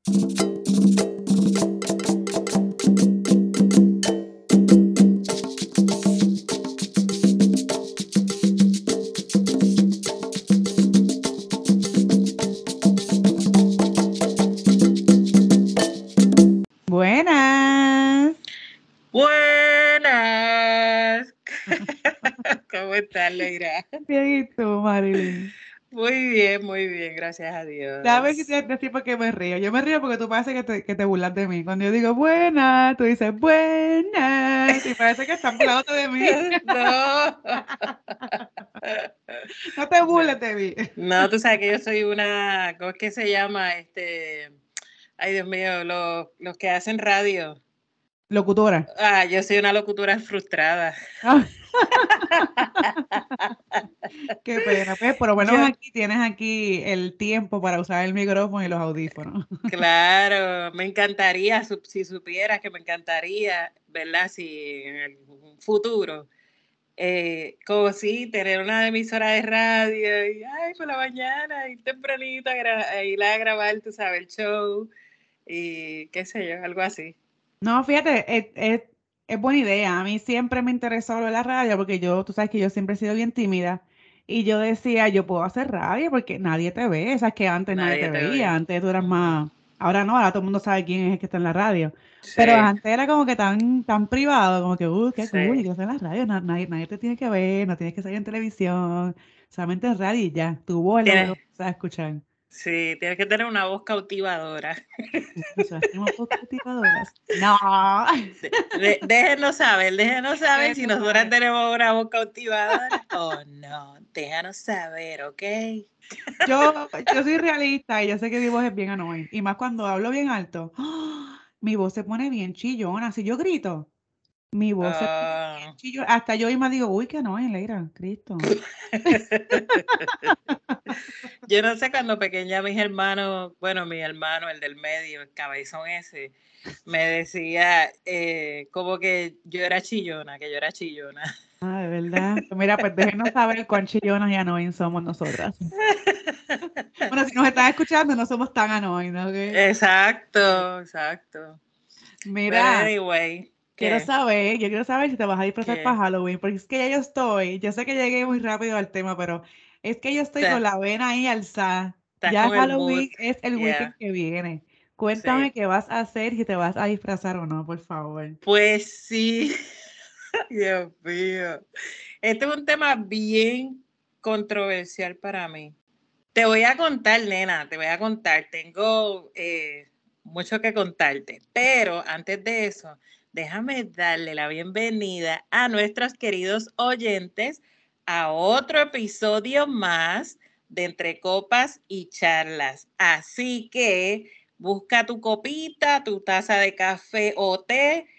Buenas. Buenas. ¿Cómo estás, Leira? Bien, ¿y tú, Marilyn? Muy bien, gracias a Dios. Déjame decir por qué me río. Yo me río porque tú parece que te burlas de mí. Cuando yo digo buenas, tú dices buenas. Y parece que estás burlándote de mí. No. No te burles de mí. No, tú sabes que yo soy una, ¿cómo es que se llama? Ay, Dios mío, los que hacen radio. Locutora. Yo soy una locutora frustrada. Qué pena. Pues por lo menos Yo, aquí tienes aquí el tiempo para usar el micrófono y los audífonos. claro, me encantaría, si supieras que me encantaría, ¿verdad? Si en algún futuro, como si tener una emisora de radio y, ay, por la mañana, ir tempranito a ir a grabar, tú sabes, el show y qué sé yo, algo así. No, fíjate, es buena idea. A mí siempre me interesó lo de la radio porque tú sabes que yo siempre he sido bien tímida y yo decía, yo puedo hacer radio porque nadie te ve. O sea, que antes nadie Nadie te te veía, ve. antes tú eras Ujú. más, ahora no, ahora todo el mundo sabe quién es el que está en la radio. Pero Sí, antes era como que tan privado, como que, qué cool, y sí. que está en la radio, nadie te tiene que ver, no tienes que salir en televisión, solamente en radio y ya, tu voz lo Tienes, vas a escuchar. sí, tienes que tener una voz cautivadora. Nosotras tenemos voz cultivadoras. No. Déjenos saber si Tú nosotras sabes. tenemos una voz cautivadora o no. Déjanos saber, ¿ok? Yo soy realista y yo sé que mi voz es bien annoying. Y más cuando hablo bien alto. Mi voz se pone bien chillona. Si yo grito, mi voz se pone bien Ah, chillona. Hasta yo misma digo, uy, qué annoying, Leira, Cristo. yo no sé, cuando pequeña mis hermanos, bueno, mi hermano, el del medio, el cabezón ese, me decía como que yo era chillona, que yo era chillona. Ah, de verdad. Pues mira, pues déjenos saber cuán chillonas y annoying somos nosotras. Bueno, si nos están escuchando, no somos tan annoying, ¿ok? Exacto. Pero Mira. anyway, Yo quiero saber si te vas a disfrazar para ¿qué? Halloween, porque es que yo sé que llegué muy rápido al tema, pero es que yo estoy con Estás la vena ahí alzada. Ya con el mood, Halloween es el yeah, weekend que viene. Cuéntame sí. qué vas a hacer, si te vas a disfrazar o no, por favor. Pues sí, Dios mío. Este es un tema bien controversial para mí. Te voy a contar, nena, te voy a contar. Tengo mucho que contarte, pero antes de eso, déjame darle la bienvenida a nuestros queridos oyentes a otro episodio más de Entre Copas y Charlas. Así que busca tu copita, tu taza de café o té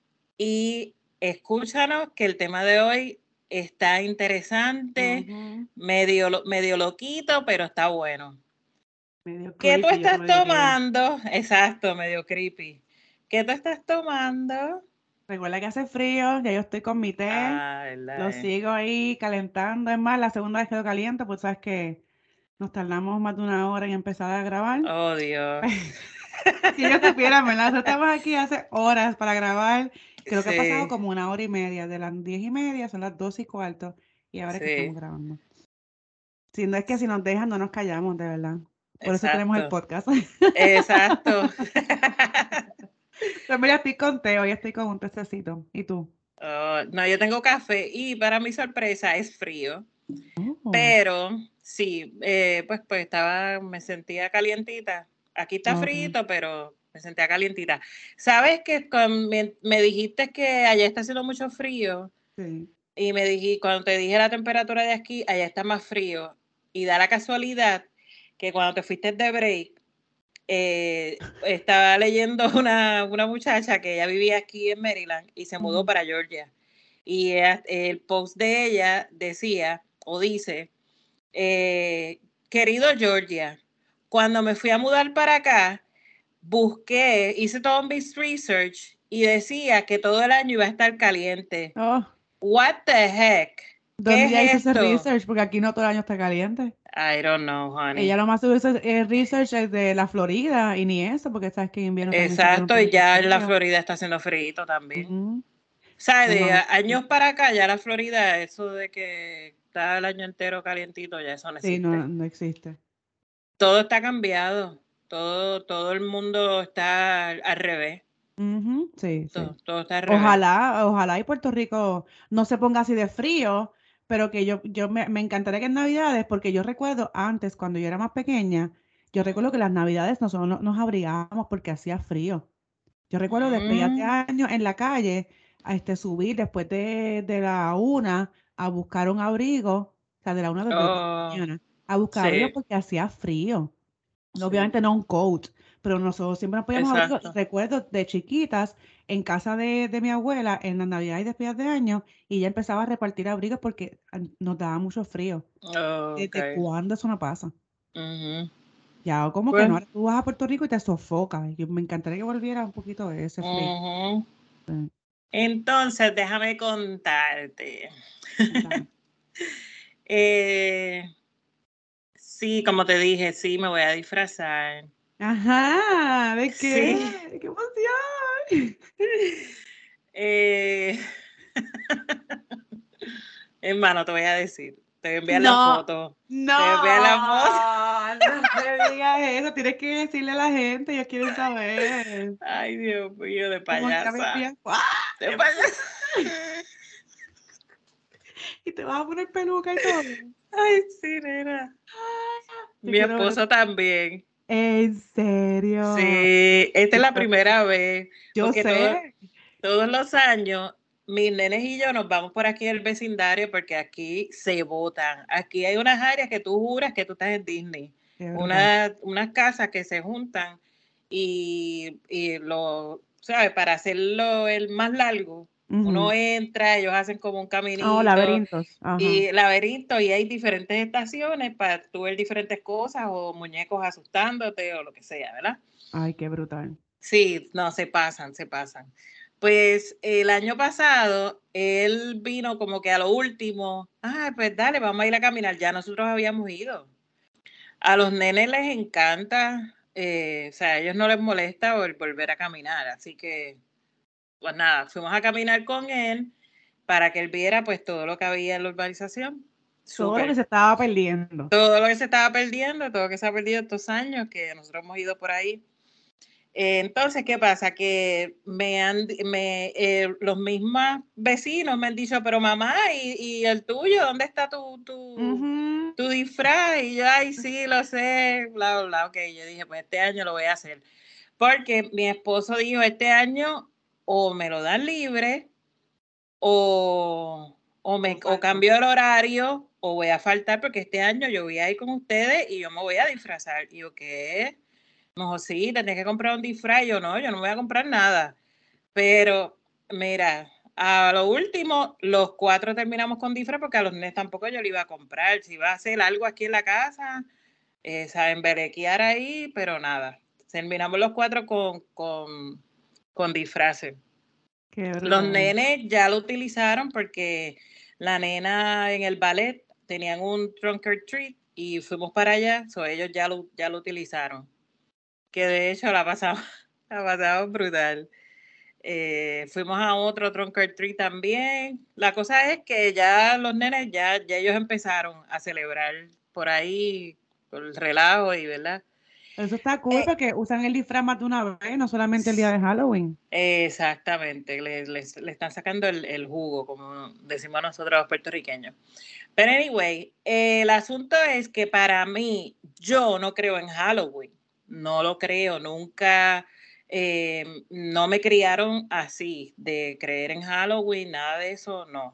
y escúchanos, que el tema de hoy está interesante, Ujú. medio loquito, pero está bueno. Medio ¿Qué tú creepy, yo estás lo diría. tomando? Exacto, medio creepy. ¿Qué tú estás tomando? Recuerda que hace frío, ya yo estoy con mi té, ¿Verdad? lo sigo ahí calentando. Es más, la segunda vez que lo caliento, pues sabes que nos tardamos más de una hora en empezar a grabar. Oh, Dios. Si ellos supieran, ¿verdad? Nosotros estamos aquí hace horas para grabar. Creo que ha pasado Sí, como una hora y media. De las 10:30 son las 12:15. Y ahora es que estamos sí, grabando. Si no es que si nos dejan, no nos callamos, de verdad. Por eso tenemos el exacto, podcast. exacto. Pero mira, estoy con té, hoy estoy con un tececito. ¿Y tú? Oh, no, yo tengo café y para mi sorpresa es frío. Oh, Pero sí, me sentía calientita. Aquí está ok. frito, pero me sentía calientita. ¿Sabes que me dijiste que allá está haciendo mucho frío? Sí. Y cuando te dije la temperatura de aquí, allá está más frío. Y da la casualidad que cuando te fuiste de break, estaba leyendo una muchacha que ella vivía aquí en Maryland y se mudó Ujú. para Georgia. Y el post de ella decía, o dice, querido Georgia, cuando me fui a mudar para acá, hice todo un big research y decía que todo el año iba a estar caliente. Oh, What the heck? ¿Qué ¿Dónde ella hizo es ese esto? research? Porque aquí no todo el año está caliente. I don't know, honey. Ella nomás hizo ese research de la Florida y ni eso, porque sabes que en invierno también se pone un Exacto, y poquito ya en la frío. Florida está haciendo frío también. Ujú. ¿Sabes? No, De no, años para acá, ya la Florida, eso de que está el año entero calientito, ya eso no sí, existe. no existe. Todo está cambiado. Todo el mundo está al revés. Ujú, sí, sí. Todo está al revés. Ojalá y Puerto Rico no se ponga así de frío, pero que yo me encantaría que en Navidades, porque yo recuerdo antes, cuando yo era más pequeña, yo recuerdo que las Navidades nosotros nos abrigábamos porque hacía frío. Yo recuerdo despedidas de Mm, años en la calle, subir después de la 1 a buscar un abrigo, o sea, de la 1 de la oh, mañana, a buscar abrigo sí, porque hacía frío. sí, Obviamente no un coat, pero nosotros siempre nos poníamos abrigo. Y exacto. recuerdo de chiquitas en casa de mi abuela en las Navidades y despedidas de año, y ella empezaba a repartir abrigos porque nos daba mucho frío. Oh, ¿Desde okay. cuándo eso no pasa? Ujú. Ya, como que no, Pues, ahora tú vas a Puerto Rico y te sofocas. Yo me encantaría que volviera un poquito de ese frío. ujú. Sí, Entonces, déjame contarte. cuéntame. Eh, sí, como te dije, sí, me voy a disfrazar. Ajá, ¿de qué? Sí. ¡Qué emoción! Eh, hermano, te voy a decir. Te voy a enviar la No, foto. Te voy a enviar la foto. no me digas eso, tienes que decirle a la gente, ellos quieren saber. Ay, Dios mío, de Como que me payasa. envías, ¡ah! De ¡Qué payasa. emoción! Y te vas a poner peluca y todo. Ay, sí, nena. Yo Mi quiero ver. esposo también. ¿En serio? Sí, esta es Yo la quiero ver. primera vez, Yo porque sé. todos los años mis nenes y yo nos vamos por aquí al vecindario porque aquí se botan. Aquí hay unas áreas que tú juras que tú estás en Disney. Qué brutal. Unas casas que se juntan y ¿sabes? Para hacerlo el más largo, uno Ujú. entra, ellos hacen como un Oh, caminito laberintos. Ajá. y laberinto y hay diferentes estaciones para tú ver diferentes cosas o muñecos asustándote o lo que sea, ¿verdad? Ay, qué brutal. Sí, no, se pasan, se pasan. Pues el año pasado él vino como que a lo último, pues dale, vamos a ir a caminar, ya nosotros habíamos ido. A los nenes les encanta, o sea, a ellos no les molesta volver a caminar, así que, pues nada, fuimos a caminar con él para que él viera pues todo lo que había en la urbanización. Todo lo que se Súper. estaba perdiendo. Todo lo que se estaba perdiendo, todo lo que se ha perdido estos años que nosotros hemos ido por ahí. Entonces, ¿qué pasa? Que los mismos vecinos me han dicho, pero mamá, ¿y el tuyo? ¿Dónde está Ujú. tu disfraz? Y yo, ay, sí, lo sé, bla, bla, bla. Ok, yo dije, pues este año lo voy a hacer. Porque mi esposo dijo, este año o me lo dan libre O o falto. cambio el horario o voy a faltar porque este año yo voy a ir con ustedes y yo me voy a disfrazar. Y yo, ¿qué? Me dijo, sí, tenés que comprar un disfraz. Yo no voy a comprar nada. Pero, mira, a lo último, los cuatro terminamos con disfraz porque a los nenes tampoco yo le iba a comprar. Si iba a hacer algo aquí en la casa, saben, berequear ahí, pero nada. Terminamos los cuatro con disfraces. Qué Los brutal. nenes ya lo utilizaron porque la nena en el ballet tenían un trunk or treat y fuimos para allá, ellos ya lo utilizaron. Que de hecho la pasamos, la pasamos brutal. Fuimos a otro trunk or treat también. La cosa es que ya los nenes, ya ellos empezaron a celebrar por ahí, por el relajo y, ¿verdad? Eso está cool Eh, porque usan el disfraz más de una vez, no solamente el día de Halloween. Exactamente, le están sacando el jugo, como decimos nosotros los puertorriqueños. Pero anyway, el asunto es que para mí, yo no creo en Halloween, no lo creo, nunca, no me criaron así, de creer en Halloween, nada de eso, no.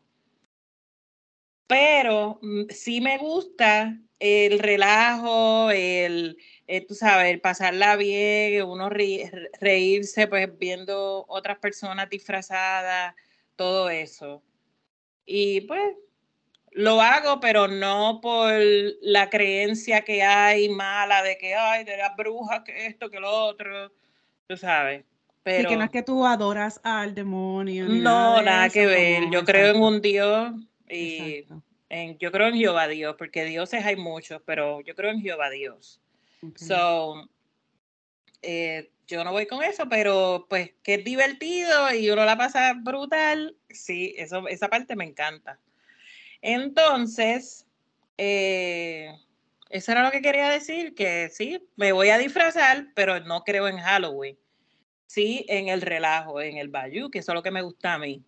Pero sí me gusta el relajo, tú sabes, el pasarla bien, uno reírse, pues viendo otras personas disfrazadas, todo eso. Y pues lo hago, pero no por la creencia que hay mala de que hay de las brujas, que esto, que lo otro, tú sabes. Sí, que no es Pero que tú adoras al demonio ni nada no, de nada que eso, ver. como, Yo creo en exacto, un Dios y exacto. Yo creo en Jehová Dios, porque dioses hay muchos, pero yo creo en Jehová Dios. Okay. So, yo no voy con eso, pero pues que es divertido y uno la pasa brutal, sí, esa parte me encanta. Entonces, eso era lo que quería decir, que sí, me voy a disfrazar, pero no creo en Halloween. Sí, en el relajo, en el bayou, que eso es lo que me gusta a mí.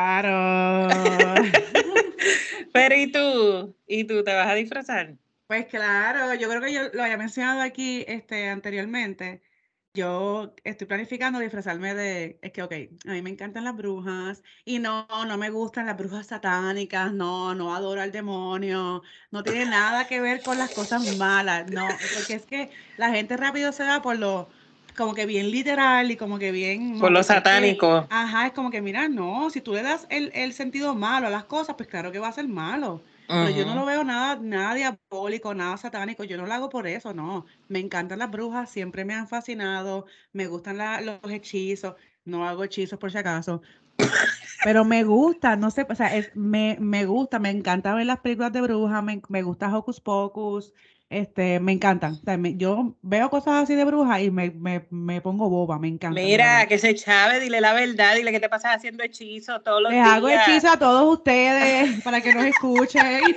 Claro. Pero ¿y tú? ¿Y tú te vas a disfrazar? Pues claro, yo creo que yo lo había mencionado aquí anteriormente. Yo estoy planificando disfrazarme es que, ok, a mí me encantan las brujas y no me gustan las brujas satánicas, no adoro al demonio, no tiene nada que ver con las cosas malas, no, porque es que la gente rápido se va por como que bien literal y como que bien, Por no, lo porque es que, satánico. ajá, es como que, mira, no, si tú le das el sentido malo a las cosas, pues claro que va a ser malo. Pero yo no lo veo nada diabólico, nada satánico, yo no lo hago por eso, no. Me encantan las brujas, siempre me han fascinado, me gustan los hechizos, no hago hechizos por si acaso, pero me gusta, no sé, o sea, me gusta, me encanta ver las películas de brujas, me gusta Hocus Pocus, me encantan. O sea, yo veo cosas así de brujas y me pongo boba, me encantan, de verdad. Mira, que se chave, dile la verdad, dile que te pasas haciendo hechizos todos los Les hago días. hechizos a todos ustedes para que nos escuchen.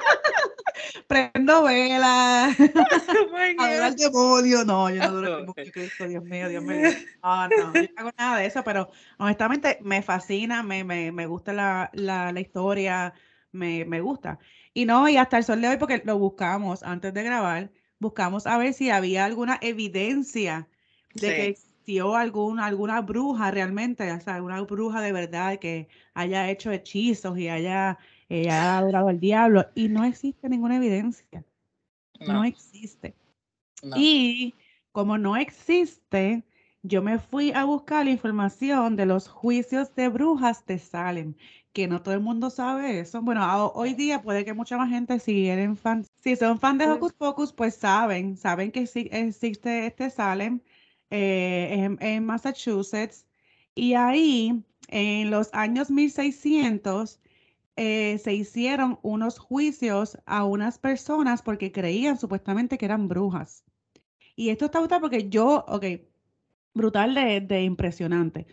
Prendo velas. Oh my Adoro al God. demonio. No, yo no adoro al demonio, Cristo, Dios mío, Dios me libre. No, yo no hago nada de eso, pero honestamente me fascina, me gusta la historia, me gusta. Y hasta el sol de hoy, porque lo buscamos antes de grabar, buscamos a ver si había alguna evidencia de que Sí. existió alguna bruja realmente, o sea, alguna bruja de verdad que haya hecho hechizos y haya adorado al diablo. Y no existe ninguna evidencia, no No, existe. no. Y como no existe, yo me fui a buscar la información de los juicios de brujas de Salem, que no todo el mundo sabe eso. Bueno, hoy día puede que mucha más gente, si son fan de Hocus Pocus, pues saben que sí existe este Salem en Massachusetts. Y ahí, en los años 1600 se hicieron unos juicios a unas personas porque creían supuestamente que eran brujas. Y esto está brutal porque ok, brutal de impresionante.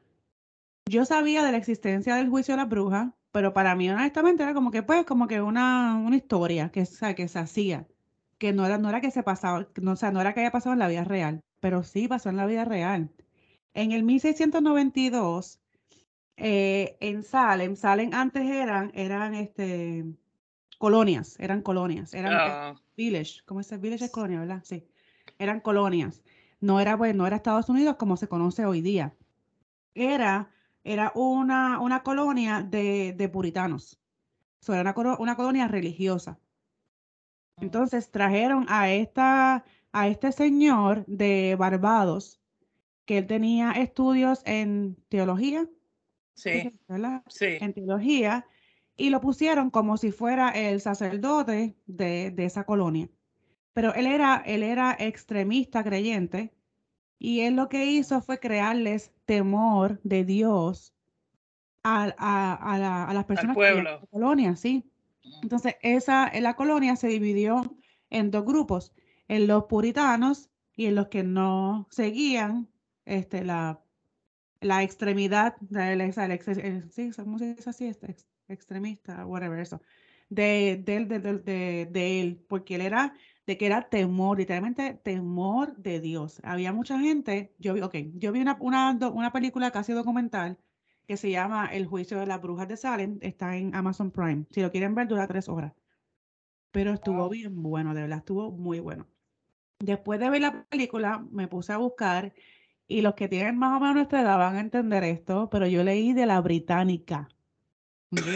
Yo sabía de la existencia del juicio de las brujas, pero para mí honestamente era como que pues como que una historia que, o sea, que se hacía, que no era que se pasaba, no, o sea, no era que haya pasado en la vida real, pero sí pasó en la vida real. En el 1692, en Salem antes eran colonias, eran Ah, village, ¿cómo es? Village es colonia, ¿verdad? Sí, eran colonias. No era Estados Unidos como se conoce hoy día. Era, era una colonia de puritanos. Era una colonia religiosa. Entonces trajeron a este señor de Barbados, que él tenía estudios en teología, que sí, ¿verdad? sí. En teología, y lo pusieron como si fuera el sacerdote de esa colonia. Pero él era extremista creyente y él lo que hizo fue crearles temor de Dios a las Al personas que vivían en pueblo. la colonia, ¿sí? Entonces, en la colonia se dividió en dos grupos, en los puritanos y en los que no seguían la extremidad, sí, ¿cómo se dice así? Extremista, whatever, eso, de él, porque él era, de que era temor, literalmente temor de Dios. Había mucha gente, yo vi una película casi documental que se llama El juicio de las brujas de Salem, está en Amazon Prime. Si lo quieren ver, dura 3 horas, pero estuvo Wow. bien bueno, de verdad, estuvo muy bueno. Después de ver la película, me puse a buscar y los que tienen más o menos nuestra edad van a entender esto, pero yo leí de la británica. ¿Ok?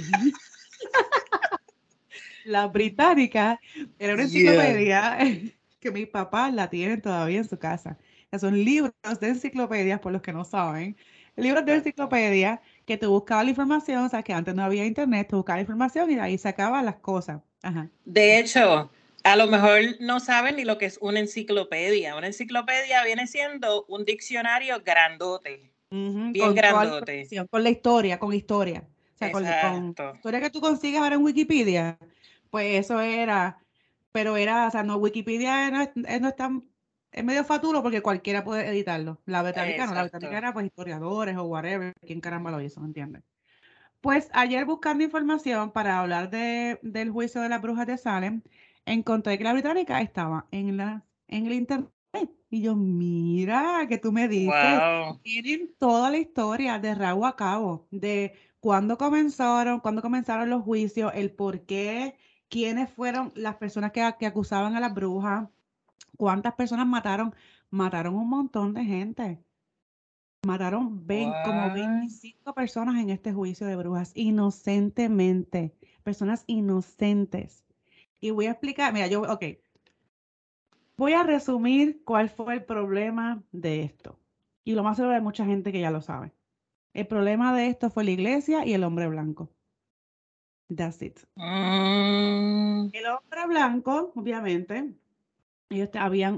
La británica era una Yeah. enciclopedia que mis papás la tienen todavía en su casa. Que son libros de enciclopedias, por los que no saben. Libros de Exacto. enciclopedia que tú buscabas la información, o sea, que antes no había internet, tú buscabas la información y de ahí sacabas las cosas. Ajá. De hecho, a lo mejor no saben ni lo que es una enciclopedia. Una enciclopedia viene siendo un diccionario grandote, Ujú, bien con toda la grandote. información, con la historia, con historia. O sea, con Exacto. historia que tú consigues ahora en Wikipedia, pues eso era, pero era, o sea, no, Wikipedia no es tan, es medio fatulo porque cualquiera puede editarlo. La británica no, la británica Exacto. era pues historiadores o whatever, quién caramba lo hizo, ¿me entiendes? Pues ayer buscando información para hablar del juicio de las brujas de Salem, encontré que la británica estaba en el internet. Y yo, mira, que tú me dices, Wow. tienen toda la historia de rabo a cabo, de cuándo comenzaron los juicios, el por qué, quiénes fueron las personas que acusaban a las brujas, cuántas personas mataron. Mataron un montón de gente. Mataron como What? 25 personas en este juicio de brujas, inocentemente, personas inocentes. Y voy a explicar, mira, ok, voy a resumir cuál fue el problema de esto. Y lo más seguro hay mucha gente que ya lo sabe. El problema de esto fue la iglesia y el hombre blanco. That's it. Mm, El hombre blanco, obviamente, ellos habían,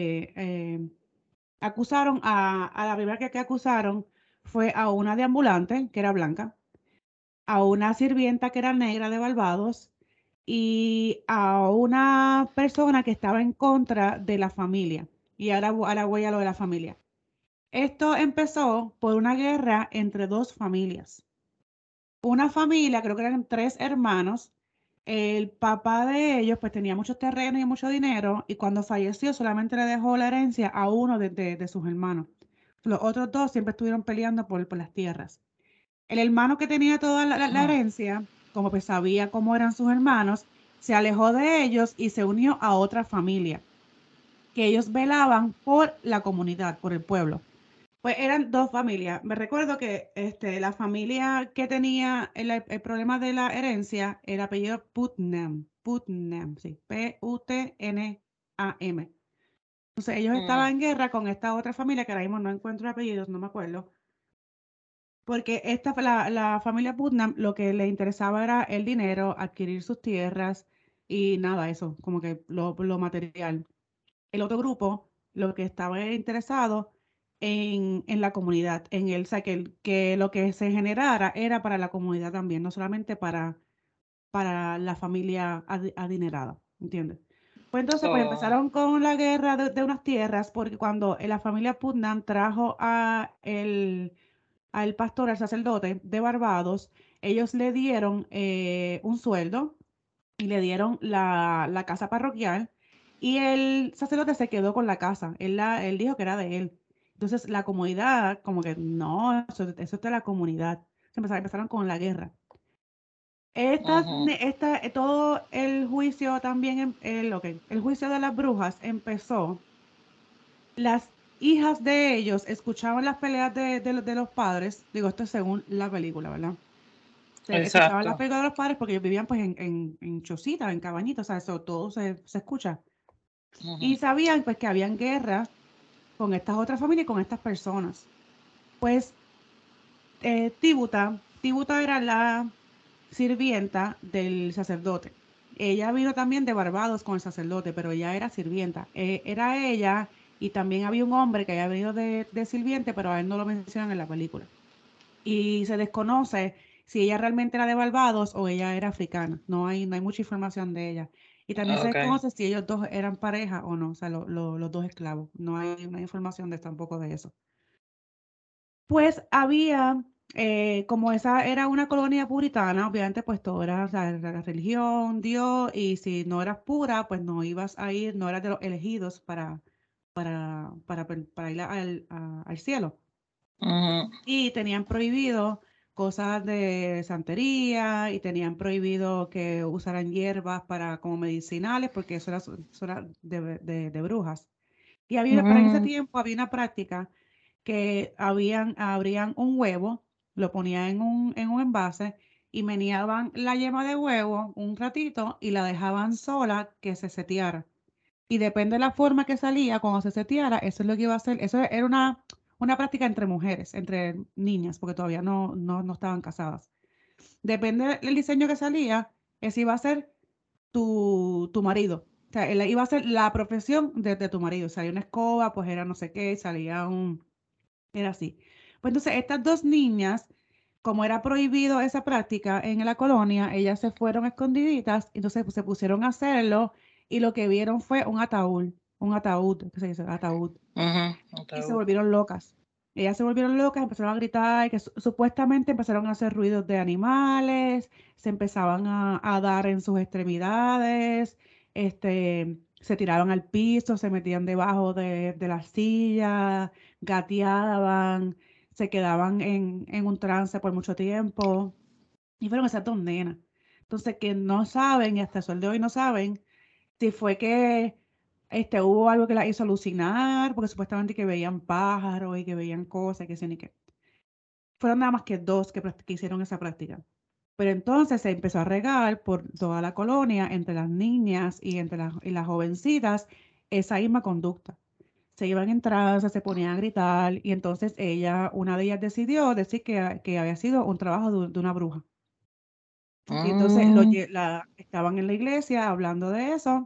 acusaron a la primera que acusaron fue a una de ambulante, que era blanca, a una sirvienta que era negra de Barbados y a una persona que estaba en contra de la familia. Y ahora voy a lo de la familia. Esto empezó por una guerra entre dos familias. Una familia, creo que eran tres hermanos. El papá de ellos pues tenía muchos terrenos y mucho dinero y cuando falleció solamente le dejó la herencia a uno de sus hermanos. Los otros dos siempre estuvieron peleando por las tierras. El hermano que tenía toda la herencia, como pues sabía cómo eran sus hermanos, se alejó de ellos y se unió a otra familia, que ellos velaban por la comunidad, por el pueblo. Pues eran dos familias. Me recuerdo que la familia que tenía el problema de la herencia, el apellido Putnam, Putnam, sí, Putnam. Entonces ellos estaban mm, en guerra con esta otra familia, que ahora mismo no encuentro apellidos, no me acuerdo. Porque la familia Putnam lo que le interesaba era el dinero, adquirir sus tierras y nada, eso, como que lo material. El otro grupo lo que estaba era interesado en la comunidad, o sea, que lo que se generara era para la comunidad también, no solamente para la familia adinerada, ¿entiendes? Pues entonces, pues oh, empezaron con la guerra de unas tierras, porque cuando la familia Putnam trajo al pastor, al sacerdote de Barbados, ellos le dieron un sueldo y le dieron la casa parroquial y el sacerdote se quedó con la casa. Él dijo que era de él. Entonces la comunidad, como que no, eso es de la comunidad. Empezaron con la guerra. ujú. Todo el juicio también, el juicio de las brujas empezó. Las hijas de ellos escuchaban las peleas de los padres. Digo, esto es según la película, ¿verdad? Se escuchaban las Exacto. peleas de los padres porque ellos vivían pues en chocitas, en cabañitas, o sea, eso todo se escucha. Ujú. Y sabían pues que habían guerra con estas otras familias y con estas personas. Pues Tibuta era la sirvienta del sacerdote. Ella vino también de Barbados con el sacerdote, pero ella era sirvienta. Era ella y también había un hombre que había venido de sirviente, pero a él no lo mencionan en la película. Y se desconoce si ella realmente era de Barbados o ella era africana. No hay mucha información de ella. Y también se Okay. desconoce si ellos dos eran pareja o no, o sea, los dos esclavos. No hay información tampoco de eso. Pues había, como esa era una colonia puritana, obviamente pues todo era, o sea, la religión, Dios, y si no eras pura, pues no ibas a ir, no eras de los elegidos para ir al cielo. Ujú, Y tenían prohibido cosas de santería y tenían prohibido que usaran hierbas como medicinales, porque eso era de brujas. Y para ese ujú, tiempo había una práctica que abrían un huevo, lo ponían en un envase y meneaban la yema de huevo un ratito y la dejaban sola que se seteara. Y depende de la forma que salía cuando se seteara, eso es lo que iba a hacer. Eso era una práctica entre mujeres, entre niñas, porque todavía no estaban casadas. Depende del diseño que salía, ese iba a ser tu marido. O sea, él iba a ser la profesión de tu marido. Salía una escoba, pues era no sé qué, salía era así. Pues entonces, estas dos niñas como era prohibido esa práctica en la colonia, ellas se fueron escondiditas, entonces pues, se pusieron a hacerlo y lo que vieron fue un ataúd, ¿qué se dice? Ataúd. Y se volvieron locas. Ellas se volvieron locas, empezaron a gritar, que supuestamente empezaron a hacer ruidos de animales, se empezaban a dar en sus extremidades, se tiraron al piso, se metían debajo de la silla, gateaban, se quedaban en un trance por mucho tiempo. Y fueron esas dos nenas. Entonces, que no saben, y hasta el sol de hoy no saben, si fue que hubo algo que la hizo alucinar, porque supuestamente que veían pájaros y que veían cosas, que sé ni qué. Fueron nada más que dos que hicieron esa práctica. Pero entonces se empezó a regar por toda la colonia, entre las niñas y entre las jovencitas, esa misma conducta. Se iban en trance, se ponían a gritar, y entonces una de ellas decidió decir que había sido un trabajo de una bruja. Y entonces estaban en la iglesia hablando de eso.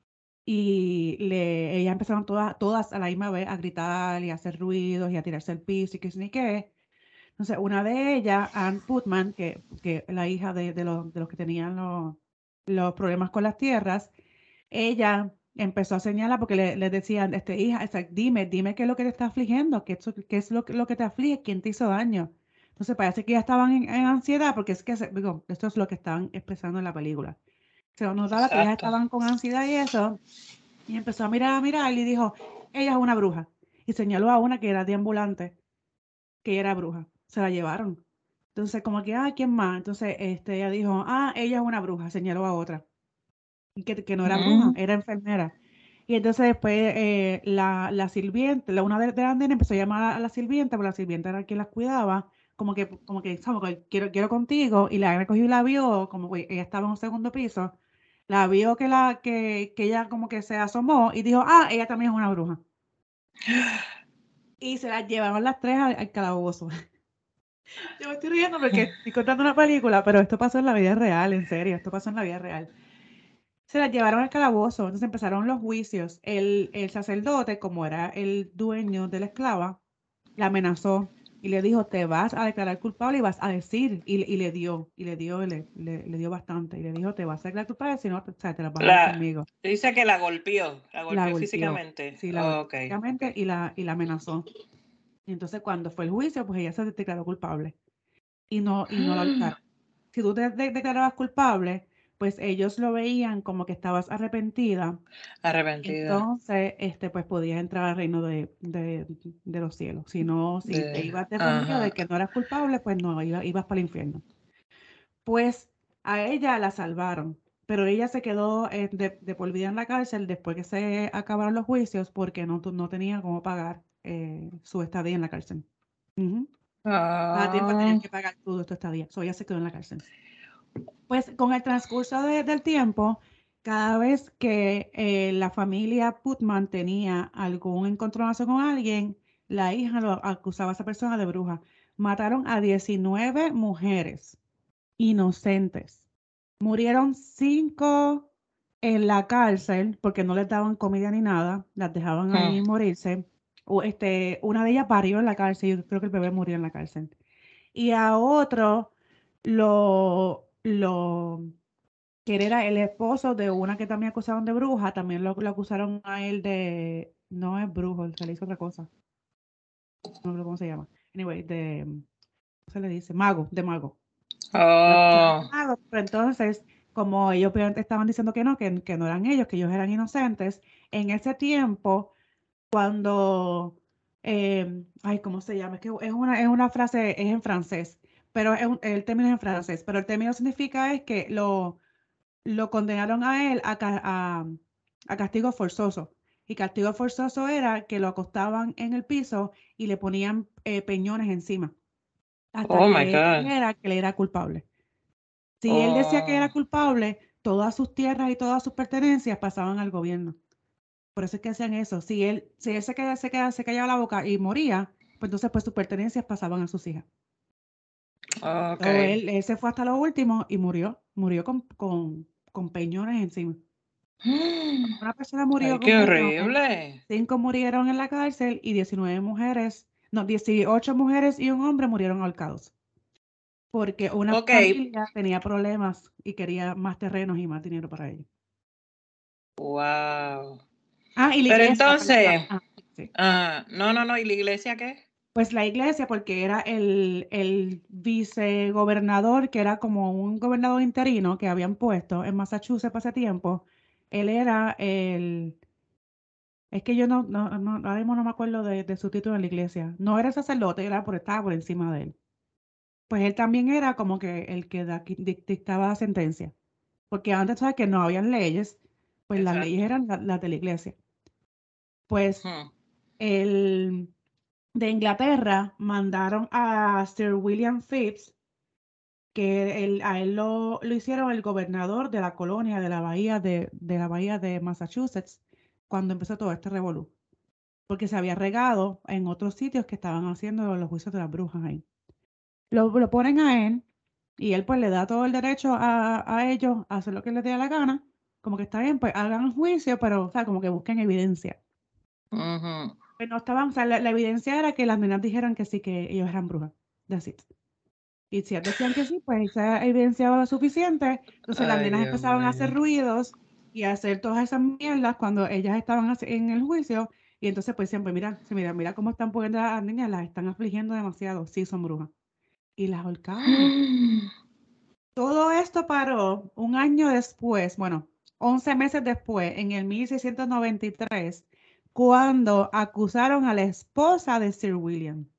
Y ellas empezaron todas a la misma vez a gritar y a hacer ruidos y a tirarse al piso y qué sé ni qué. Entonces, una de ellas, Ann Putman, que es la hija de los que tenían los problemas con las tierras, ella empezó a señalar porque le decían, hija, dime qué es lo que te está afligiendo, qué es lo que te aflige, quién te hizo daño. Entonces, parece que ya estaban en ansiedad porque es que, digo, esto es lo que están expresando en la película. Se notaba que ellas estaban con ansiedad y eso. Y empezó a mirar y dijo, ella es una bruja. Y señaló a una que era de ambulante, que era bruja. Se la llevaron. Entonces, como que, ¿quién más? Entonces, ella dijo, ella es una bruja, señaló a otra. Y que no era bruja, era enfermera. Y entonces después la sirvienta, una de las nenas empezó a llamar a la sirvienta, porque la sirvienta era quien las cuidaba, ¿sabes? Quiero contigo, y la nena cogió y la vio, como que ella estaba en un segundo piso, la vio que ella como que se asomó y dijo, ella también es una bruja. Y se las llevaron las tres al calabozo. Yo me estoy riendo porque estoy contando una película, pero esto pasó en la vida real, en serio, esto pasó en la vida real. Se las llevaron al calabozo, entonces empezaron los juicios. El sacerdote, como era el dueño de la esclava, la amenazó y le dijo, te vas a declarar culpable y vas a decir, y le dio bastante, y le dijo, te vas a declarar culpable, si no, o sea, te las vas a ver conmigo. Dice que la golpeó La golpeó, físicamente. sí, la golpeó físicamente y la amenazó. Y entonces cuando fue el juicio, pues ella se declaró culpable y no la ahorcaron. Si tú te declarabas culpable, pues ellos lo veían como que estabas arrepentida. Entonces, pues podías entrar al reino de los cielos. Si no, si te ibas defendido de que no eras culpable, pues no, ibas para el infierno. Pues a ella la salvaron, pero ella se quedó de por vida en la cárcel después que se acabaron los juicios porque no tenía cómo pagar su estadía en la cárcel. Cada tiempo tenías que pagar todo tu estadía. So ella se quedó en la cárcel. Pues con el transcurso del tiempo, cada vez que la familia Putman tenía algún encontronazo con alguien, la hija lo acusaba a esa persona de bruja. Mataron a 19 mujeres inocentes. Murieron 5 en la cárcel porque no les daban comida ni nada, las dejaban ahí morirse. Una de ellas parió en la cárcel, yo creo que el bebé murió en la cárcel. Y a otro que era el esposo de una que también acusaron de bruja, también lo acusaron a él de, no es brujo, se le hizo otra cosa, no sé cómo se llama. Anyway, ¿cómo se le dice? Mago, de mago. Lo acusaron de mago, pero entonces, como ellos estaban diciendo que no eran ellos, que ellos eran inocentes, en ese tiempo, cuando, ¿cómo se llama? Es que es una frase, es en francés, pero el término es en francés, pero el término significa es que lo condenaron a él a castigo forzoso. Y castigo forzoso era que lo acostaban en el piso y le ponían peñones encima hasta que él dijera que él era culpable. Si él decía que era culpable, todas sus tierras y todas sus pertenencias pasaban al gobierno. Por eso es que hacían eso. Si él se callaba la boca y moría, pues entonces pues sus pertenencias pasaban a sus hijas. Él se fue hasta lo último y murió con peñones encima. Una persona murió con ¡Qué peñones, horrible! 5 murieron en la cárcel y 18 mujeres y un hombre murieron ahorcados. porque una Ok, familia tenía problemas y quería más terrenos y más dinero para ellos. wow. Ah, y la Pero iglesia, entonces, perdóname. Ah, sí. no, ¿y la iglesia qué? Pues la iglesia, porque era el vicegobernador, que era como un gobernador interino que habían puesto en Massachusetts hace tiempo. Él era es que yo ahora mismo no me acuerdo de su título en la iglesia. No era sacerdote, estaba por encima de él. Pues él también era como que el que dictaba sentencia. Porque antes, ¿sabes? Que no habían leyes, pues las leyes Exacto. eran las de la iglesia. Pues Hmm. el de Inglaterra mandaron a Sir William Phips, que a él lo hicieron el gobernador de la colonia de la bahía de Massachusetts, cuando empezó todo este revolú, porque se había regado en otros sitios que estaban haciendo los juicios de las brujas ahí. Lo ponen a él y él pues le da todo el derecho a ellos a hacer lo que les dé la gana, como que está bien, pues hagan el juicio, pero o sea, como que busquen evidencia. Ujú. Pues no estaban, o sea, la evidencia era que las nenas dijeran que sí, que ellos eran brujas. That's it. Y si ellas decían que sí, pues esa evidencia era suficiente. Entonces las Ay, nenas Dios empezaban a hacer mío. ruidos y a hacer todas esas mierdas cuando ellas estaban en el juicio. Y entonces pues siempre, mira, mira cómo están poniendo a las niñas, las están afligiendo demasiado. Sí, son brujas. Y las ahorcaban. Todo esto paró un año después, bueno, 11 meses después, en el 1693, cuando acusaron a la esposa de Sir William.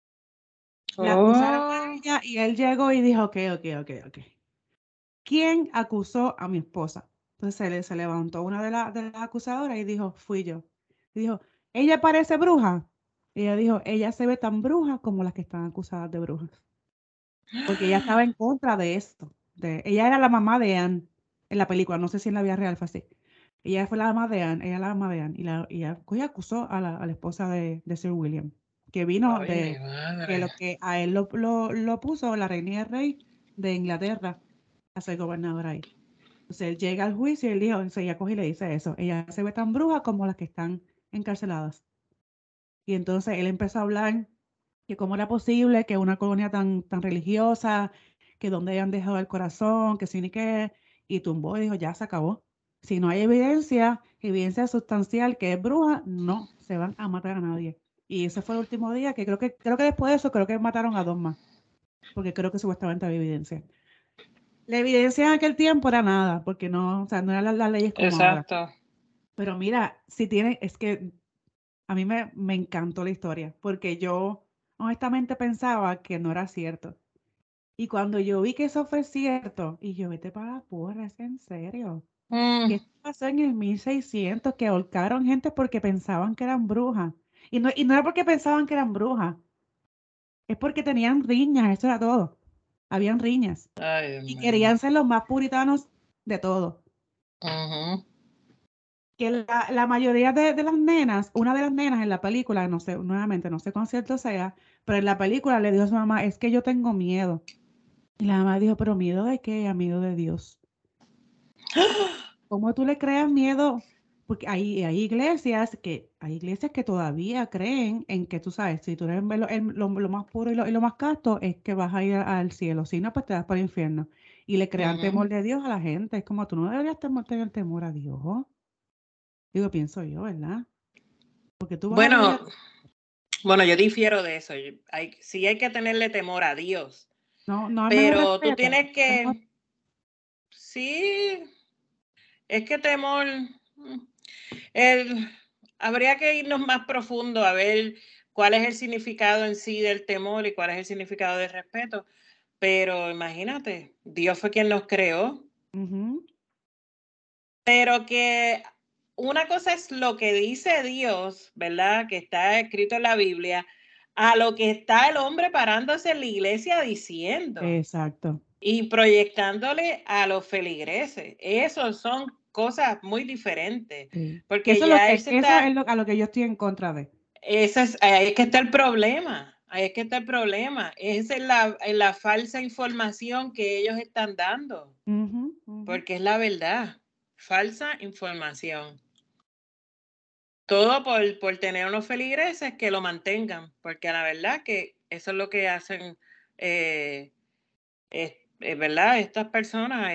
La acusaron a Oh, ella y él llegó y dijo, ok, ok, ok, ok. ¿Quién acusó a mi esposa? Entonces se levantó una de las acusadoras y dijo, fui yo. Y dijo, ¿ella parece bruja? Y ella dijo, ella se ve tan bruja como las que están acusadas de brujas. Porque ella estaba en contra de esto. Ella era la mamá de Anne en la película, no sé si en la vida real fue así. Ella fue la mamá de Anne, ella era la mamá de Anne, y ella acusó a la esposa de Sir William, que vino ay, mi de que madre. lo que a él lo puso la reina y el rey de Inglaterra a ser gobernador ahí. Entonces él llega al juicio y él dijo, entonces ella coge y le dice eso, ella se ve tan bruja como las que están encarceladas. Y entonces él empezó a hablar que cómo era posible que una colonia tan religiosa, que donde hayan dejado el corazón, que sí ni qué, y tumbó y dijo, ya se acabó. Si no hay evidencia sustancial que es bruja, no se van a matar a nadie. Y ese fue el último día que creo que después de eso, creo que mataron a dos más, porque creo que supuestamente había evidencia. La evidencia en aquel tiempo era nada, porque no, o sea, no eran las leyes como ahora. Exacto. Pero mira, si tiene, es que a mí me encantó la historia, porque yo honestamente pensaba que no era cierto. Y cuando yo vi que eso fue cierto, y yo, vete para la porra, ¿es en serio? ¿Qué Mm, pasó en el 1600? Que ahorcaron gente porque pensaban que eran brujas. Y no era porque pensaban que eran brujas, es porque tenían riñas, eso era todo. Habían riñas. ay, Dios Y mío. querían ser los más puritanos de todo. Ujú. Que la mayoría de las nenas, una de las nenas en la película, no sé, nuevamente, no sé cuán cierto sea, pero en la película le dijo a su mamá, es que yo tengo miedo. Y la mamá dijo, pero ¿miedo de qué? Amigo de Dios. ¿Cómo tú le creas miedo? Porque hay iglesias que todavía creen en que tú sabes, si tú eres lo más puro y lo más casto, es que vas a ir al cielo. Si no, pues te vas para el infierno. Y le crean Ujú. temor de Dios a la gente. Es como tú no deberías tener temor a Dios. Digo, pienso yo, ¿verdad? Porque tú vas a vivir. Bueno, bueno, yo difiero de eso. Sí hay que tenerle temor a Dios, No, no es mejor pero tú respeto. tienes que, sí, es que temor, el, habría que irnos más profundo a ver cuál es el significado en sí del temor y cuál es el significado del respeto. Pero imagínate, Dios fue quien nos creó, Ujú, pero que una cosa es lo que dice Dios, ¿verdad? Que está escrito en la Biblia, a lo que está el hombre parándose en la iglesia diciendo exacto. y proyectándole a los feligreses. Eso son cosas muy diferentes, Sí. Que porque eso es lo ya él que, se eso es está, a lo que yo estoy en contra de. ahí es que está el problema, ahí es que está el problema, es en la falsa información que ellos están dando, Ujú, ujú. porque es la verdad, falsa información. Todo por tener unos feligreses que lo mantengan, porque la verdad que eso es lo que hacen, eh, ¿verdad? Estas personas,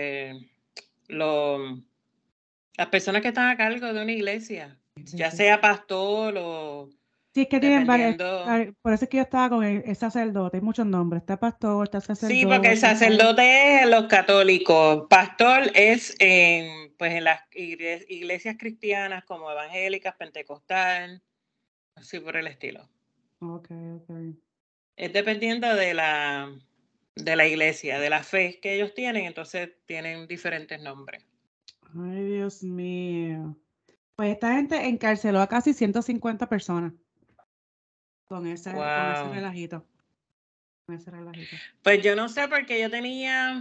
las personas que están a cargo de una iglesia, Sí, ya sí. sea pastor o Sí, es que tienen varias, dependiendo. por eso es que yo estaba con el sacerdote, hay muchos nombres, está pastor, está Sí, porque el sacerdote, sacerdote es en los católicos, pastor es pues en las iglesias cristianas como evangélicas, pentecostal, así por el estilo. Ok. Es dependiendo de la iglesia, de la fe que ellos tienen, entonces tienen diferentes nombres. Ay, Dios mío. Pues esta gente encarceló a casi 150 personas con ese Wow. relajito. Con ese relajito. Pues yo no sé, porque yo tenía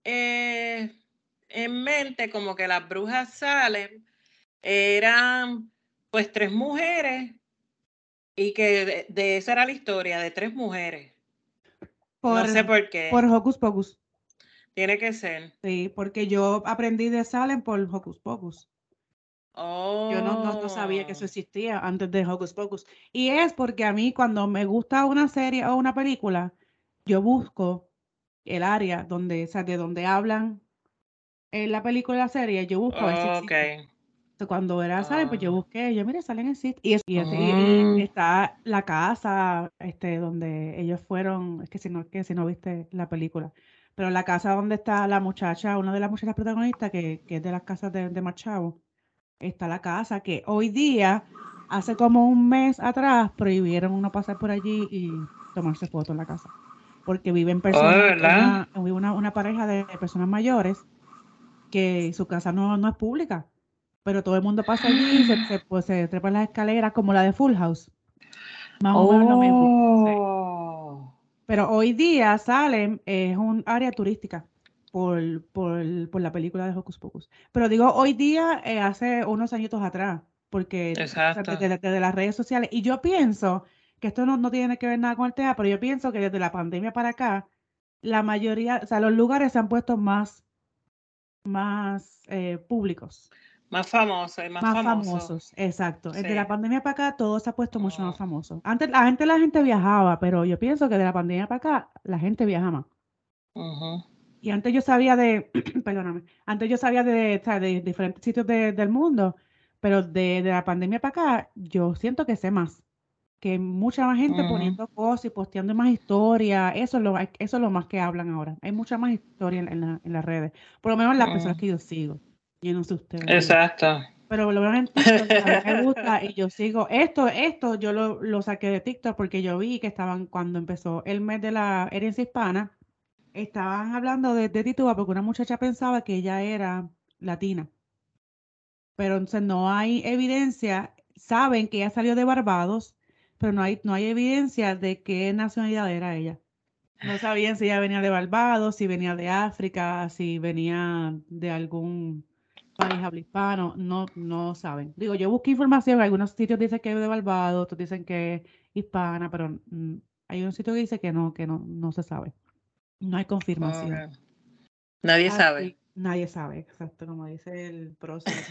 en mente como que las brujas Salem eran pues 3 mujeres y que de esa era la historia, de 3 mujeres. No sé por qué. Por Hocus Pocus. Tiene que ser. Sí, porque yo aprendí de Salem por Hocus Pocus. Yo no sabía que Oh. eso existía antes de Hocus Pocus. Y es porque a mí cuando me gusta una serie o una película, yo busco el área donde, o sea, de donde hablan en la película y la serie, yo busco a ver si existe. Okay. Entonces, cuando era Salem, pues yo Ah. busqué, yo mira, Salem existe. Y Mm. está la casa, donde ellos fueron, es que si no viste la película, pero la casa donde está la muchacha, una de las muchachas protagonistas, que es de las casas de Machado, está la casa que hoy día, hace como un mes atrás, prohibieron uno pasar por allí y tomarse fotos en la casa. Porque viven Oh, personas, ¿verdad? vive una pareja de personas mayores que su casa no es pública, pero todo el mundo pasa allí, pues, se trepa en las escaleras como la de Full House, más o menos lo mismo. Sí. Oh. Pero hoy día Salem es un área turística por la película de Hocus Pocus. Pero digo hoy día, hace unos añitos atrás, porque o sea, Exacto. desde las redes sociales. Y yo pienso que esto no tiene que ver nada con el tema, pero yo pienso que desde la pandemia para acá, la mayoría, o sea, los lugares se han puesto más públicos. Más famoso y más Más famoso. famosos, exacto. Desde la Sí. pandemia para acá todo se ha puesto mucho más Mm. famoso. Antes la gente viajaba, pero yo pienso que de la pandemia para acá la gente viaja más. Ujú. Y antes yo sabía de, perdóname, antes yo sabía o sea, de diferentes sitios del mundo, pero de la pandemia para acá yo siento que sé más, que mucha más gente Ujú. poniendo cosas y posteando más historias, eso es lo más que hablan ahora. Hay mucha más historia en las redes, por lo menos las personas Mm. que yo sigo. Yo no sé ustedes, ¿verdad? Exacto. Pero por lo menos en TikTok a mí me gusta y yo sigo esto yo lo saqué de TikTok porque yo vi que estaban, cuando empezó el mes de la herencia hispana, estaban hablando de Tituba porque una muchacha pensaba que ella era latina, pero entonces no hay evidencia, saben que ella salió de Barbados, pero no hay evidencia de qué nacionalidad era ella. No sabían si ella venía de Barbados, si venía de África, si venía de algún país habla hispano, no saben. Digo, yo busqué información, algunos sitios dicen que es de Barbados, otros dicen que es hispana, pero hay un sitio que dice que no se sabe. No hay confirmación. Okay. Nadie sabe. Así, nadie sabe, exacto, como dice el prócer,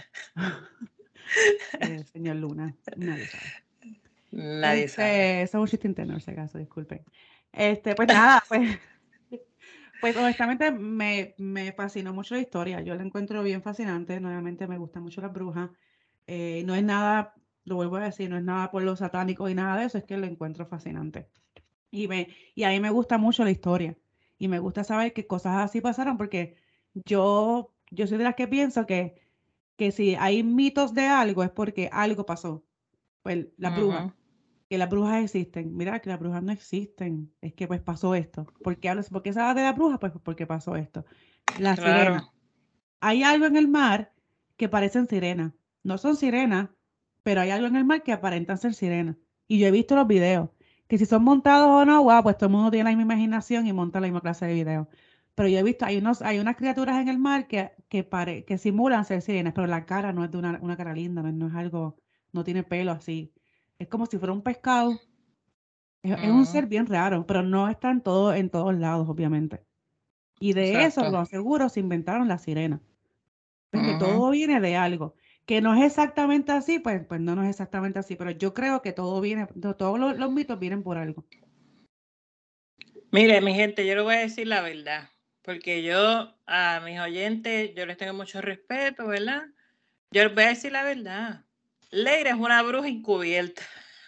el señor Luna, nadie sabe. Nadie sabe. Eso es un chiste interno, si acaso, disculpen. Pues nada, pues honestamente me fascinó mucho la historia. Yo la encuentro bien fascinante. Nuevamente me gustan mucho las brujas. No es nada, lo vuelvo a decir, no es nada por lo satánico y nada de eso, es que lo encuentro fascinante. Y a mí me gusta mucho la historia. Y me gusta saber que cosas así pasaron porque yo soy de las que pienso que si hay mitos de algo es porque algo pasó. Pues las brujas, Ujú. que las brujas existen. Mira, que las brujas no existen. Es que pues pasó esto. ¿Por qué se habla de las brujas? Pues porque pasó esto. La Claro. sirena. Hay algo en el mar que parecen sirenas. No son sirenas, pero hay algo en el mar que aparentan ser sirenas. Y yo he visto los videos. Que si son montados o no, wow, pues todo el mundo tiene la misma imaginación y monta la misma clase de videos. Pero yo he visto, hay unas criaturas en el mar que simulan ser sirenas, pero la cara no es de una cara linda, no es algo, no tiene pelo así. Es como si fuera un pescado. Es un Ujú. ser bien raro, pero no está en todos lados, obviamente. Y de eso, Exacto. lo aseguro, se inventaron las sirenas. Ves que Ujú. todo viene de algo. Que no es exactamente así, pues no es exactamente así, pero yo creo que todo viene, todos los mitos vienen por algo. Mire, mi gente, yo le voy a decir la verdad, porque yo a mis oyentes, yo les tengo mucho respeto, ¿verdad? Yo les voy a decir la verdad. Leira es una bruja encubierta.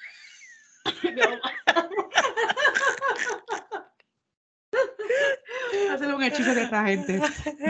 Hacer un hechizo de esta gente.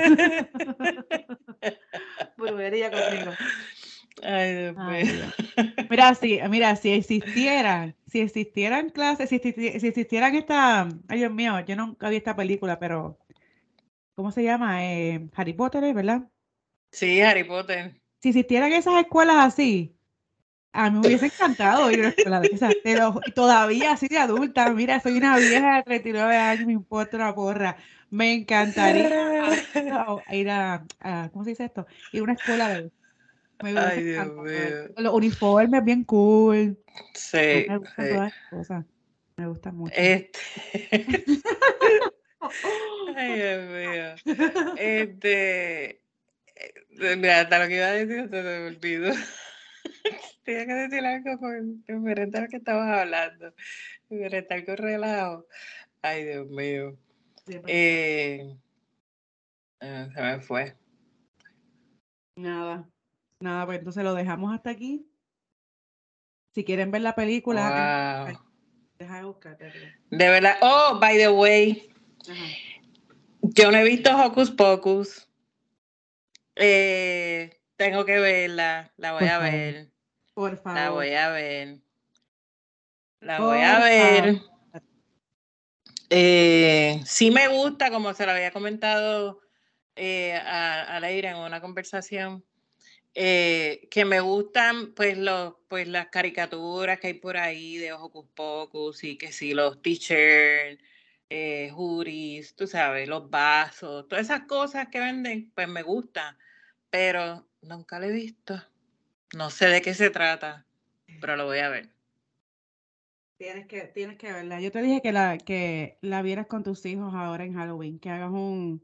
Brujería conmigo. Ay, Dios Ay, mío. Dios. Mira, si existieran clases, si existieran ay Dios mío, yo nunca vi esta película, pero ¿cómo se llama? Harry Potter, ¿verdad? Sí, Harry Potter. Si existieran esas escuelas así, a mí me hubiese encantado ir a una escuela de esas, y todavía así de adulta, mira, soy una vieja de 39 años, me importa una porra. Me encantaría ir ¿cómo se dice esto? Ir a una escuela de Me hubiese Ay, Dios encantado. mío. Los uniformes bien cool. A mí Sí, me gustan sí. todas esas cosas. Me gustan mucho. Este. Ay, Dios mío. Mira, hasta lo que iba a decir se me olvidó. Tenía que decir algo con referente a lo que estabas hablando. Referente algo relajo. Ay, Dios mío. Se me fue. Nada, pues entonces lo dejamos hasta aquí. Si quieren ver la película, Wow. deja de buscarte. De verdad. Oh, by the way, Ajá. yo no he visto Hocus Pocus. Tengo que verla. La voy Por a favor, ver. por La favor, voy a ver. La voy a por ver. favor. Sí me gusta, como se lo había comentado a Leira en una conversación, que me gustan pues las caricaturas que hay por ahí de Hocus Pocus y que sí, los t-shirts, hoodies, tú sabes, los vasos, todas esas cosas que venden, pues me gustan, pero nunca lo he visto. No sé de qué se trata, pero lo voy a ver. Tienes que verla. Yo te dije que la vieras con tus hijos ahora en Halloween, que hagas un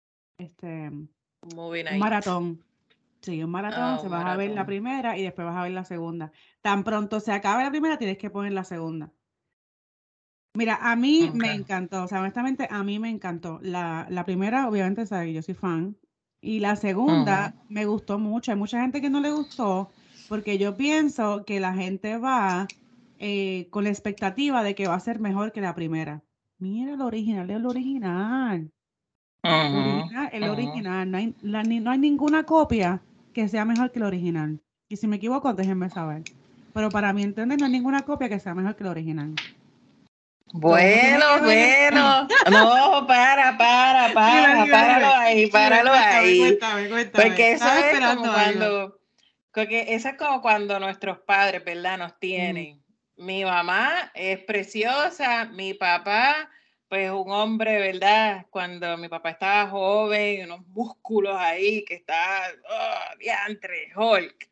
Movie night. maratón. Sí, un maratón, se vas a ver la primera y después vas a ver la segunda. Tan pronto se acabe la primera, tienes que poner la segunda. Mira, a mí me encantó, o sea, honestamente, a mí me encantó. La primera, obviamente, sabes, yo soy fan. Y la segunda me gustó mucho. Hay mucha gente que no le gustó porque yo pienso que la gente va con la expectativa de que va a ser mejor que la primera. Mira, el original es el original. El original, el original. No hay ninguna copia que sea mejor que el original. Y si me equivoco, déjenme saber. Pero para mi entender, no hay ninguna copia que sea mejor que el original. Bueno, no, páralo ahí, páralo ahí. Cuéntame. Porque Estaba esperando algo. eso es como cuando nuestros padres, ¿verdad? Nos tienen. Mi mamá es preciosa, mi papá, pues un hombre, ¿verdad? Cuando mi papá estaba joven, unos músculos ahí, que está, diantre, Hulk.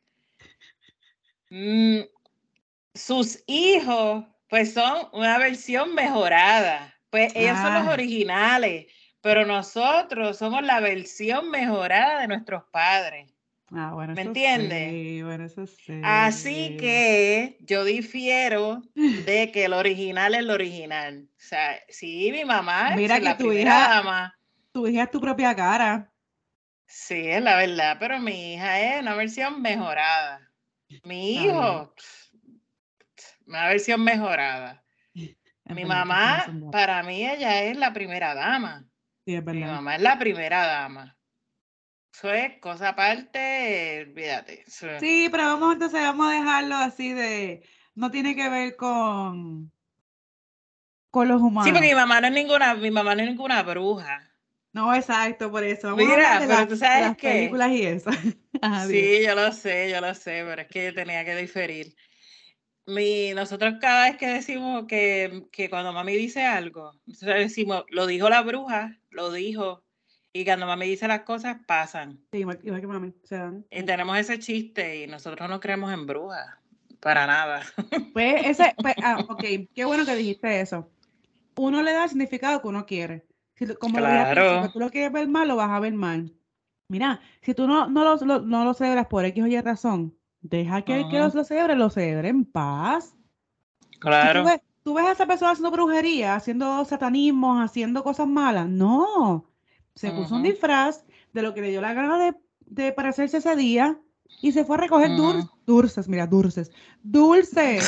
Sus hijos, pues son una versión mejorada. Pues ellos son los originales, pero nosotros somos la versión mejorada de nuestros padres. Bueno, ¿Me eso entiendes? sí, bueno, eso sí. Así que yo difiero de que el original es el original. O sea, sí, mi mamá Mira es que la primera dama. tu hija es tu propia cara. Sí, es la verdad, pero mi hija es una versión mejorada. Mi Está bien. hijo, una versión mejorada. Es Mi verdad, tus hijas mamá, son buenas. para mí, ella es la primera dama. Sí, es Mi verdad. mamá es la primera dama. Eso es cosa aparte, olvídate. Sí, pero vamos a dejarlo así no tiene que ver con los Sí, porque humanos. mi mamá no es ninguna bruja. No, exacto, por eso. Vamos a hablar Mira, pero tú de sabes las qué. películas y eso. Ajá, dime. Sí, yo lo sé, pero es que yo tenía que diferir. Nosotros cada vez que decimos que cuando mami dice algo, nosotros decimos, lo dijo la bruja, lo dijo. Y cuando mami dice las cosas, pasan. Sí, igual que mami. O sea, Y tenemos ese chiste y nosotros no creemos en brujas, para nada. ok, qué bueno que dijiste eso. Uno le da el significado que uno quiere. Como lo dije al principio, Claro, tú lo quieres ver mal, lo vas a ver mal. Mira, si tú no lo celebras por X o Y razón, deja que el que lo celebre en paz. Si tú claro. ves, tú ves a esa persona haciendo brujería, haciendo satanismo, haciendo cosas malas. No, se puso un Ujú, disfraz de lo que le dio la gana de parecerse ese día y se fue a recoger ujú. dulces, mira, dulces,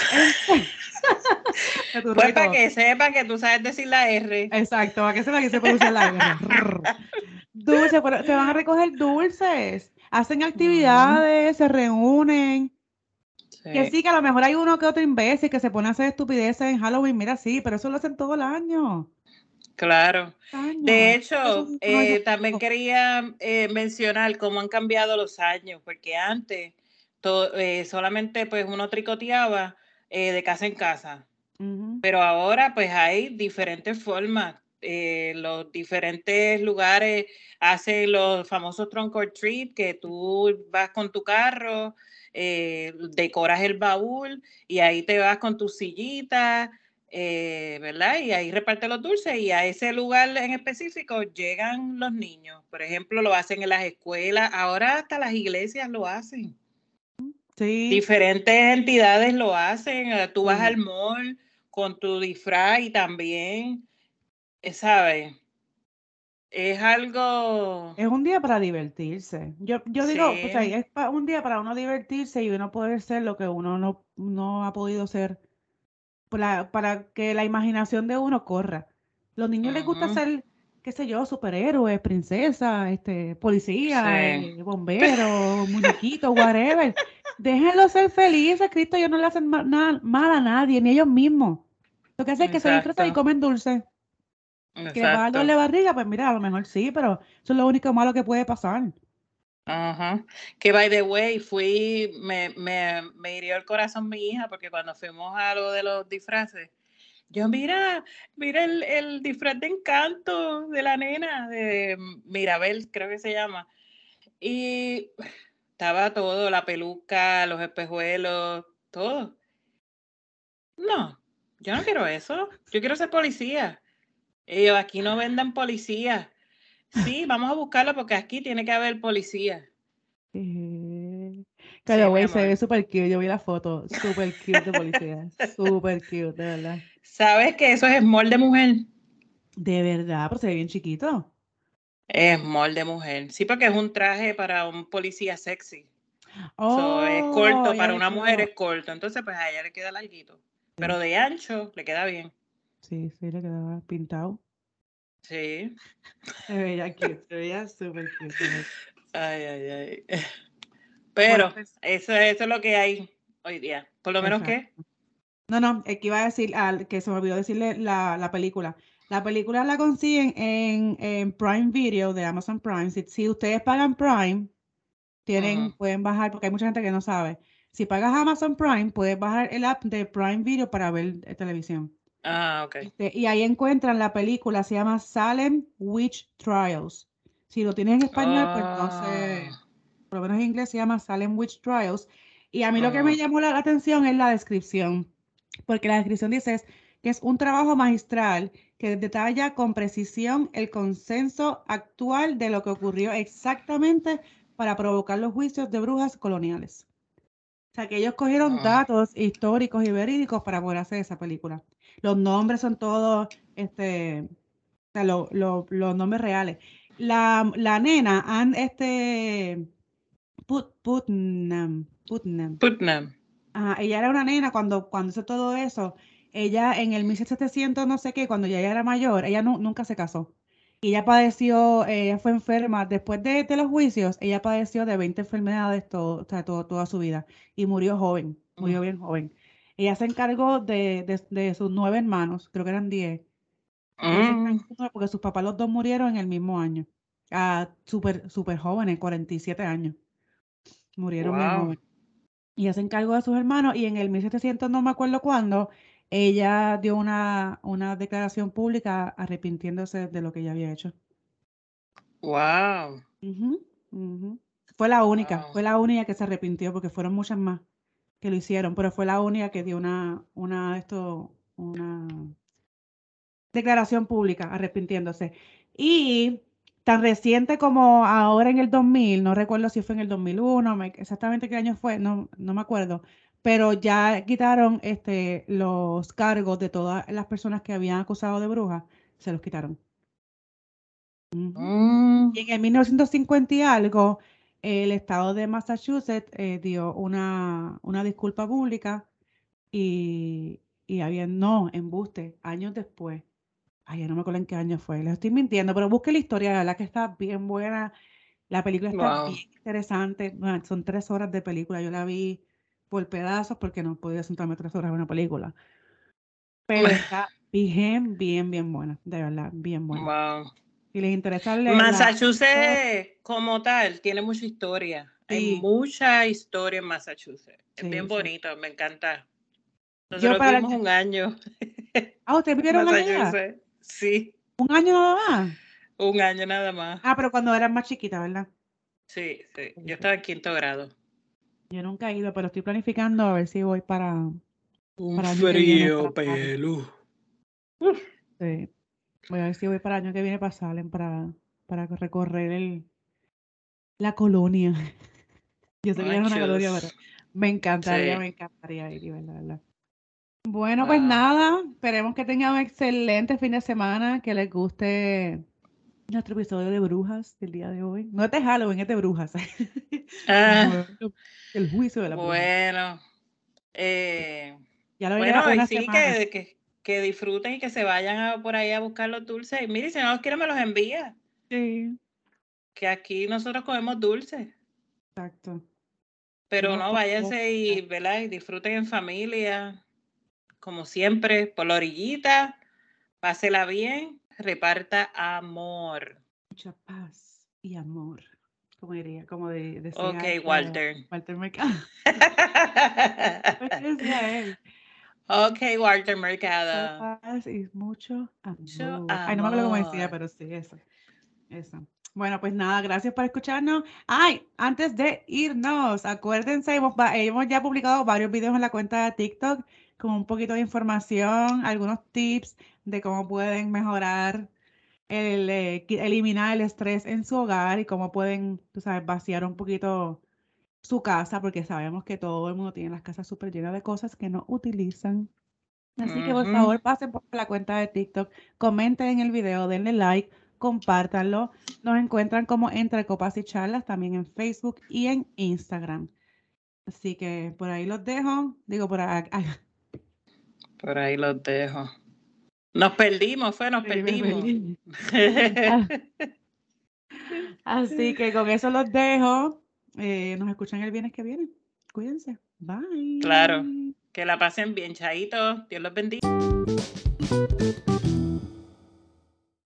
me turré Pues y para todo. que sepa que tú sabes decir la R. Exacto, para que sepa que se pronuncia la R. Dulces, pero se van a recoger dulces, hacen Ujú, actividades, se reúnen. Que sí, sí, que a lo mejor hay uno que otro imbécil que se pone a hacer estupideces en Halloween, mira, sí, pero eso lo hacen todo el año. claro. De Año. Eso hecho, no es también quería mencionar cómo han cambiado los años, porque antes solamente pues uno tricoteaba de casa en casa. Ujú. Pero ahora pues hay diferentes formas. Los diferentes lugares hacen los famosos trunk or treat, que tú vas con tu carro, decoras el baúl y ahí te vas con tu sillita, ¿verdad? Y ahí reparte los dulces y a ese lugar en específico llegan los niños. Por ejemplo, lo hacen en las escuelas, ahora hasta las iglesias lo hacen. Sí, Diferentes entidades lo hacen, tú vas al sí. mall con tu disfraz y también, ¿sabes? Es algo, Es un día para divertirse. Yo digo, pues ahí sí, es un día para uno divertirse y uno poder ser lo que uno no ha podido ser para que la imaginación de uno corra. Los niños les gusta ujú, ser, qué sé yo, superhéroes, princesas, policía, sí, bomberos, muñequitos, whatever. Déjenlos ser felices, Cristo, ellos no le hacen nada mal a nadie, ni ellos mismos. Lo que hacen es que se disfrazan y exacto, comen dulce. Que les va a dar doble exacto, barriga, pues mira, a lo mejor sí, pero eso es lo único malo que puede pasar. ajá. Que by the way, me hirió el corazón mi hija porque cuando fuimos a lo de los disfraces, yo, mira el disfraz de Encanto de la nena, de Mirabel, creo que se llama. Y estaba todo, la peluca, los espejuelos, todo. No, yo no quiero eso. Yo quiero ser policía. Y yo, aquí no venden policía. Sí, vamos a buscarlo porque aquí tiene que haber policía. Que the Sí, mi way se ve amor. súper cute. Yo vi la foto, súper cute de policía. Súper cute, de verdad. ¿Sabes que eso es small de mujer? De verdad, pero se ve bien chiquito. Es small de mujer. Sí, porque es un traje para un policía sexy. So, es Oh, corto, ya para le una mujer quedó. es corto. Entonces, pues a ella le queda larguito. Sí, Pero de ancho le queda bien. sí, sí, le quedaba pintado. Sí. Se veía cute, se veía súper cute. De verdad. Ay, ay, ay. Bueno, Pero pues, eso es lo que hay hoy día. Por lo menos exacto. que. No, no, es que iba a decir que se me olvidó decirle la película. La película la consiguen en Prime Video de Amazon Prime. Si ustedes pagan Prime, Ujú. pueden bajar, porque hay mucha gente que no sabe. Si pagas Amazon Prime, puedes bajar el app de Prime Video para ver televisión. Ah, ok. Y ahí encuentran la película, se llama Salem Witch Trials. Si lo tienes en español, pues no Oh, sé, por lo menos en inglés se llama Salem Witch Trials. Y a mí lo que me ujú. llamó la atención es la descripción, porque la descripción dice que es un trabajo magistral que detalla con precisión el consenso actual de lo que ocurrió exactamente para provocar los juicios de brujas coloniales. O sea, que ellos cogieron Ah, datos históricos y verídicos para poder hacer esa película. Los nombres son todos, o sea, los nombres reales. La nena, Putnam. Putnam. Ajá, ella era una nena cuando hizo todo eso. Ella en el 1700 no sé qué, cuando ya ella era mayor, ella nunca se casó. Y ella padeció, ella fue enferma. Después de los juicios, ella padeció de 20 enfermedades o sea, toda su vida. Y murió joven, Mm. murió bien joven. Ella se encargó de sus 9 hermanos, creo que eran 10. Ella se Mm. encargó porque sus papás los dos murieron en el mismo año. Súper, súper jóvenes, 47 años. Murieron bien Wow. jóvenes. Y ella se encargó de sus hermanos y en el 1700 no me acuerdo cuándo, ella dio una declaración pública arrepintiéndose de lo que ella había hecho. Wow. Ujú, ujú. Wow. Fue la única que se arrepintió porque fueron muchas más que lo hicieron, pero fue la única que dio una declaración pública arrepintiéndose. Y tan reciente como ahora en el 2000, no recuerdo si fue en el 2001, exactamente qué año fue, no me acuerdo, pero ya quitaron los cargos de todas las personas que habían acusado de brujas, se los quitaron. Y en el 1950 y algo, el estado de Massachusetts dio una disculpa pública y había, no, embuste, años después. Ay, ya no me acuerdo en qué año fue, les estoy mintiendo, pero busque la historia, la verdad que está bien buena, la película está Wow. bien interesante, bueno, son 3 horas de película, yo la vi por pedazos porque no podía sentarme 3 horas en una película, pero está bien, bien, bien buena, de verdad, bien buena. Wow. Si les interesa Massachusetts como tal tiene mucha historia. Hay sí, mucha historia en Massachusetts. Es sí, bien sí. bonito, me encanta. Yo Nosotros para vivimos un año ¿ustedes en vivieron allá? Massachusetts. Sí, ¿Un año nada más? un año nada más. Pero cuando eras más chiquita, ¿verdad? Sí, sí. Sí, Yo sí. estaba en 5º grado. Yo nunca he ido, pero estoy planificando a ver si voy para Un el año que viene frío, para Salem. pelu. Sí. Voy a ver si voy para el año que viene para Salem para recorrer la colonia. Yo sé que no es una colonia, pero Machos. Sí. me encantaría ir, ¿verdad? Bueno, pues Wow. nada, esperemos que tengan un excelente fin de semana, que les guste nuestro episodio de brujas del día de hoy. No es de Halloween, es de brujas. Ah, El juicio de las brujas. bueno. Eh, Ya le queda bueno, y una sí, semana. que disfruten y que se vayan por ahí a buscar los dulces. Y mire, si no los quieren, me los envía. Sí, Que aquí nosotros comemos dulces. exacto. Pero Uno no, por váyanse y, ¿verdad? Y disfruten en familia, como siempre, por la orillita. Pásela bien, reparta amor. mucha paz y amor, como diría, Ok, decía Walter. Walter Mercado. Pues decía él, Ok, Walter mucha Mercado. paz y mucho Mucho amor. Ay, no me acuerdo cómo decía, amor. pero sí, eso. Bueno, pues nada, gracias por escucharnos. Ay, antes de irnos, acuérdense, hemos ya publicado varios videos en la cuenta de TikTok con un poquito de información, algunos tips de cómo pueden mejorar eliminar el estrés en su hogar y cómo pueden, tú sabes, vaciar un poquito su casa, porque sabemos que todo el mundo tiene las casas súper llenas de cosas que no utilizan. Así que por Ujú. favor pasen por la cuenta de TikTok, comenten en el video, denle like, compártanlo. Nos encuentran como Entre Copas y Charlas también en Facebook y en Instagram. Así que por ahí los dejo. Digo, por ahí. Por ahí los dejo. Nos perdimos, nos Sí, me perdimos. perdí. Así que con eso los dejo. Nos escuchan el viernes que viene. Cuídense. Claro. Bye. Que la pasen bien, chaito. Dios los bendiga.